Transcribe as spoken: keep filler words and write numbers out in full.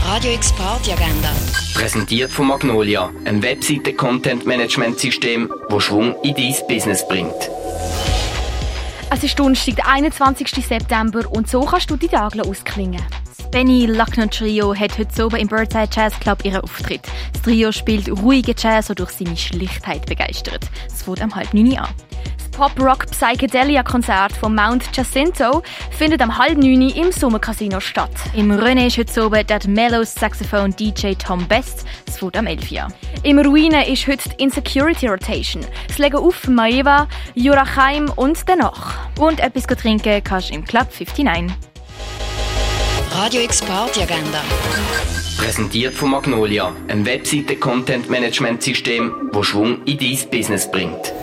Radio X Party Agenda. Präsentiert von Magnolia, einem Webseiten-Content-Management-System, das Schwung in dein Business bringt. Es ist Donnerstag, der einundzwanzigsten September, und so kannst du die Tage ausklingen. Das Benny Lucknow Trio hat heute oben im Birdside Jazz Club ihren Auftritt. Das Trio spielt ruhige Jazz, der durch seine Schlichtheit begeistert. Es fängt um halb neun an. Das Pop-Rock-Psychedelia-Konzert von Mount Jacinto findet am halb neun im Sommercasino statt. Im René ist heute oben der Mellows Saxophone D J Tom Best. Es fängt am elf Uhr. Im Ruine ist heute die Insecurity Rotation. Es legen auf Maeva, Jurachaim und danach. Und etwas trinken kannst du im Club neunundfünfzig. Radio X Party Agenda. Präsentiert von Magnolia, einem Webseiten-Content-Management-System, das Schwung in dein Business bringt.